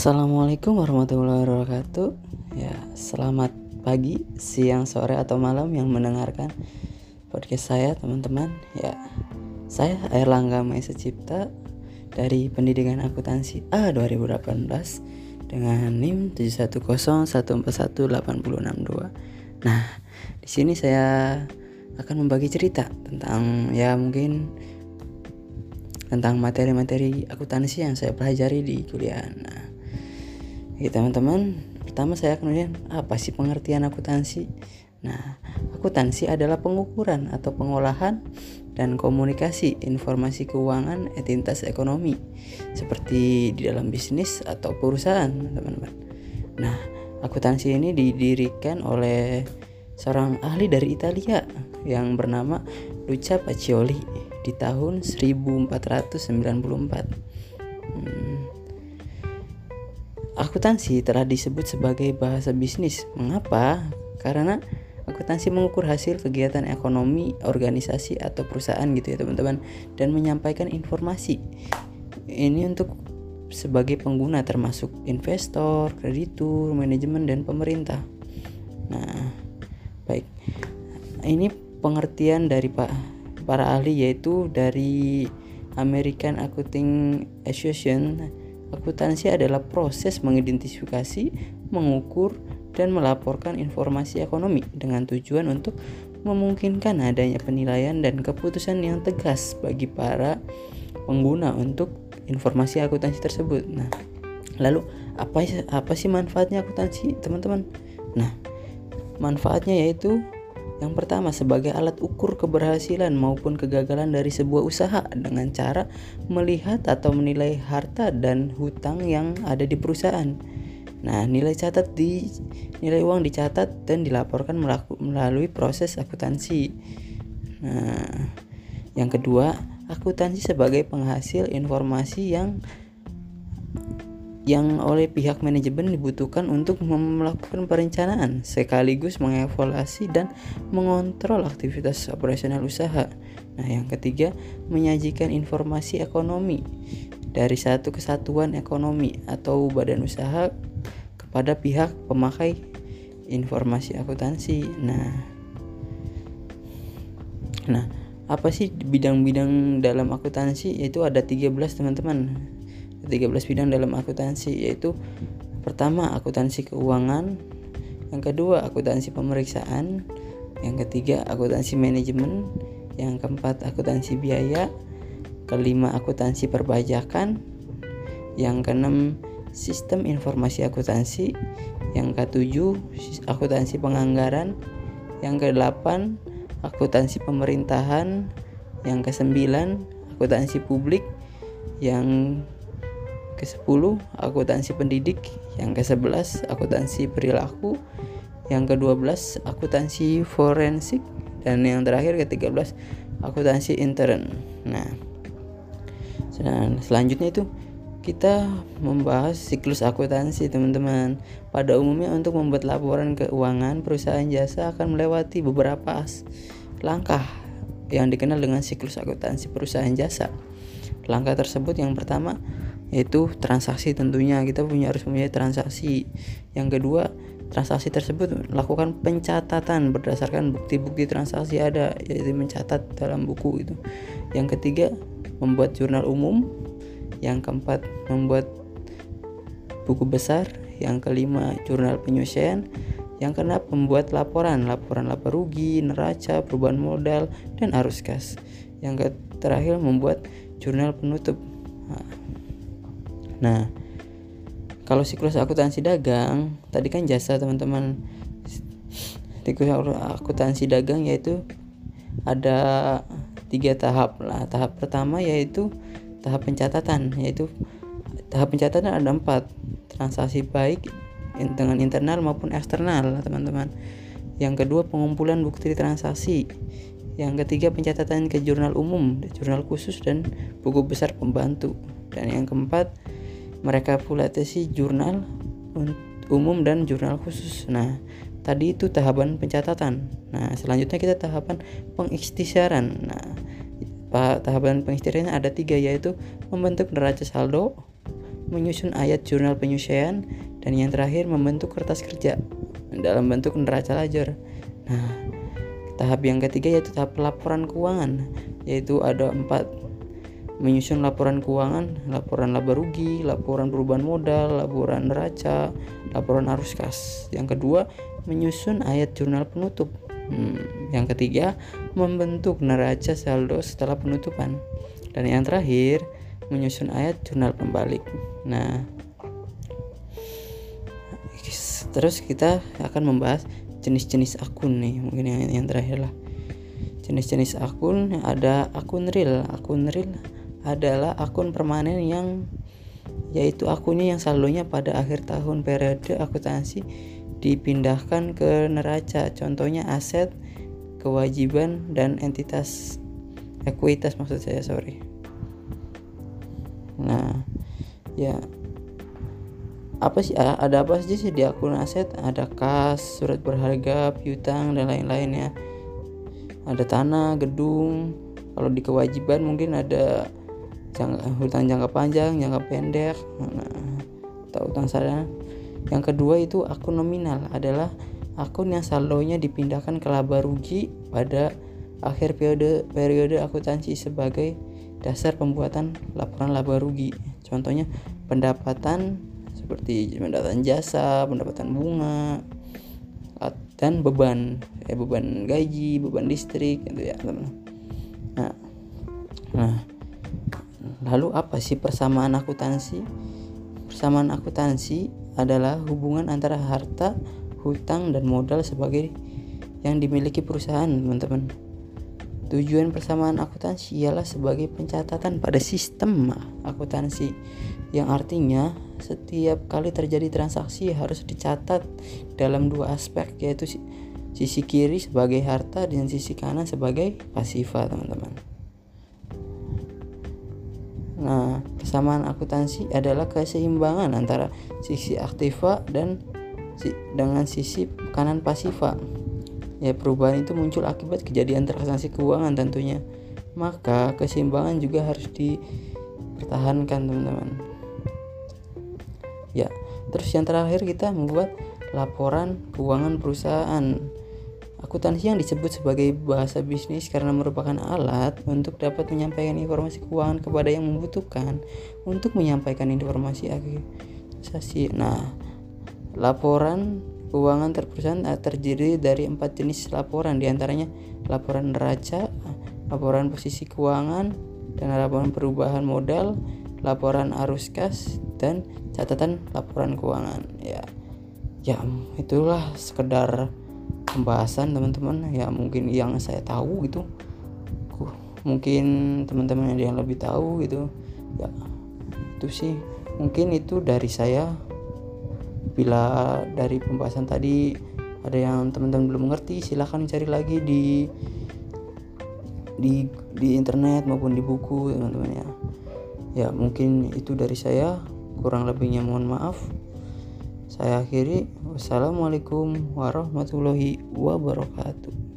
Assalamualaikum warahmatullahi wabarakatuh. Ya, selamat pagi, siang, sore atau malam yang mendengarkan podcast saya, teman-teman. Ya, saya Airlangga Maesa Cipta dari Pendidikan Akuntansi A 2018 dengan NIM 710141862. Nah, di sini saya akan membagi cerita tentang tentang materi-materi akuntansi yang saya pelajari di kuliah. Nah, teman-teman, pertama saya akan melihat apa sih pengertian akuntansi. Nah, akuntansi adalah pengukuran atau pengolahan dan komunikasi informasi keuangan entitas ekonomi seperti di dalam bisnis atau perusahaan, teman-teman. Nah, akuntansi ini didirikan oleh seorang ahli dari Italia yang bernama Luca Pacioli di tahun 1494. Akuntansi telah disebut sebagai bahasa bisnis. Mengapa? Karena akuntansi mengukur hasil kegiatan ekonomi, organisasi atau perusahaan gitu ya, teman-teman, dan menyampaikan informasi. Ini untuk sebagai pengguna termasuk investor, kreditur, manajemen dan pemerintah. Nah, baik. Ini pengertian dari para ahli, yaitu dari American Accounting Association. Akuntansi adalah proses mengidentifikasi, mengukur, dan melaporkan informasi ekonomi dengan tujuan untuk memungkinkan adanya penilaian dan keputusan yang tegas bagi para pengguna untuk informasi akuntansi tersebut. Nah, lalu apa sih manfaatnya akuntansi, teman-teman? Nah, manfaatnya yaitu yang pertama, sebagai alat ukur keberhasilan maupun kegagalan dari sebuah usaha dengan cara melihat atau menilai harta dan hutang yang ada di perusahaan. Nah, nilai uang dicatat dan dilaporkan melalui proses akuntansi. Nah, yang kedua, akuntansi sebagai penghasil informasi yang oleh pihak manajemen dibutuhkan untuk melakukan perencanaan sekaligus mengevaluasi dan mengontrol aktivitas operasional usaha. Nah, yang ketiga, menyajikan informasi ekonomi dari satu kesatuan ekonomi atau badan usaha kepada pihak pemakai informasi akuntansi. Nah, apa sih bidang-bidang dalam akuntansi? Yaitu ada 13, teman-teman. 13 bidang dalam akuntansi, yaitu pertama akuntansi keuangan, yang kedua akuntansi pemeriksaan, yang ketiga akuntansi manajemen, yang keempat akuntansi biaya, kelima akuntansi perpajakan, yang keenam sistem informasi akuntansi, yang ketujuh akuntansi penganggaran, yang kedelapan akuntansi pemerintahan, yang kesembilan akuntansi publik, yang ke-10 akuntansi pendidik, yang ke-11 akuntansi perilaku, yang ke-12 akuntansi forensik, dan yang terakhir ke-13 akuntansi intern. Nah, selanjutnya itu kita membahas siklus akuntansi, teman-teman. Pada umumnya untuk membuat laporan keuangan perusahaan jasa akan melewati beberapa langkah yang dikenal dengan siklus akuntansi perusahaan jasa. Langkah tersebut yang pertama yaitu transaksi, tentunya kita harus mempunyai transaksi. Yang kedua, transaksi tersebut melakukan pencatatan berdasarkan bukti-bukti transaksi ada, yaitu mencatat dalam buku itu. Yang ketiga, membuat jurnal umum. Yang keempat, membuat buku besar. Yang kelima, jurnal penyusian. Yang keenam, membuat laporan laba rugi, neraca, perubahan modal, dan arus kas. Yang terakhir, membuat jurnal penutup. Nah, kalau siklus akuntansi dagang, tadi kan jasa, teman-teman. Siklus akuntansi dagang yaitu ada 3 tahap lah. Tahap pertama yaitu tahap pencatatan, ada 4 transaksi baik dengan internal maupun eksternal, teman-teman. Yang kedua, pengumpulan bukti transaksi. Yang ketiga, pencatatan ke jurnal umum, jurnal khusus, dan buku besar pembantu. Dan yang keempat, merekapitulasi jurnal umum dan jurnal khusus. Nah, tadi itu tahapan pencatatan. Nah, selanjutnya kita tahapan pengikhtisaran. Nah, tahapan pengikhtisaran ada 3, yaitu membentuk neraca saldo, menyusun ayat jurnal penyusuan, dan yang terakhir membentuk kertas kerja dalam bentuk neraca ledger. Nah, tahap yang ketiga yaitu tahap laporan keuangan, yaitu ada 4: menyusun laporan keuangan, laporan laba rugi, laporan perubahan modal, laporan neraca, laporan arus kas. Yang kedua, menyusun ayat jurnal penutup. Yang ketiga, membentuk neraca saldo setelah penutupan. Dan yang terakhir, menyusun ayat jurnal pembalik. Nah, terus kita akan membahas jenis-jenis akun nih, mungkin yang terakhir lah. Jenis-jenis akun, ada akun real. Akun real adalah akun permanen yaitu akunnya yang saldonya pada akhir tahun periode akuntansi dipindahkan ke neraca. Contohnya aset, kewajiban, dan ekuitas maksud saya, Nah, ya ada apa sih di akun aset? Ada kas, surat berharga, piutang, dan lain-lain ya. Ada tanah, gedung. Kalau di kewajiban mungkin ada hutang jangka panjang, jangka pendek, atau hutang sadana. Yang kedua itu akun nominal, adalah akun yang saldonya dipindahkan ke laba rugi pada akhir periode akuntansi sebagai dasar pembuatan laporan laba rugi. Contohnya pendapatan seperti pendapatan jasa, pendapatan bunga, dan beban gaji, beban listrik gitu ya, teman. Nah, lalu apa sih persamaan akuntansi? Persamaan akuntansi adalah hubungan antara harta, hutang, dan modal sebagai yang dimiliki perusahaan, teman-teman. Tujuan persamaan akuntansi ialah sebagai pencatatan pada sistem akuntansi, yang artinya setiap kali terjadi transaksi harus dicatat dalam dua aspek, yaitu sisi kiri sebagai harta dan sisi kanan sebagai pasifa, teman-teman. Nah, persamaan akuntansi adalah keseimbangan antara sisi aktiva dengan sisi kanan pasifa. Ya, perubahan itu muncul akibat kejadian transaksi keuangan tentunya. Maka keseimbangan juga harus dipertahankan, teman-teman. Ya, terus yang terakhir kita membuat laporan keuangan perusahaan. Akuntansi yang disebut sebagai bahasa bisnis karena merupakan alat untuk dapat menyampaikan informasi keuangan kepada yang membutuhkan untuk menyampaikan informasi akuntansi. Nah, laporan keuangan perusahaan terdiri dari 4 jenis laporan, diantaranya laporan neraca, laporan posisi keuangan, dan laporan perubahan modal, laporan arus kas, dan catatan laporan keuangan. Ya, itulah sekedar pembahasan, teman-teman. Ya, mungkin yang saya tahu gitu, mungkin teman-teman ada yang lebih tahu gitu. Ya, itu sih mungkin itu dari saya. Bila dari pembahasan tadi ada yang teman-teman belum mengerti, silahkan cari lagi di internet maupun di buku, teman-teman ya. Ya, mungkin itu dari saya, kurang lebihnya mohon maaf. Saya akhiri. Wassalamualaikum warahmatullahi wabarakatuh.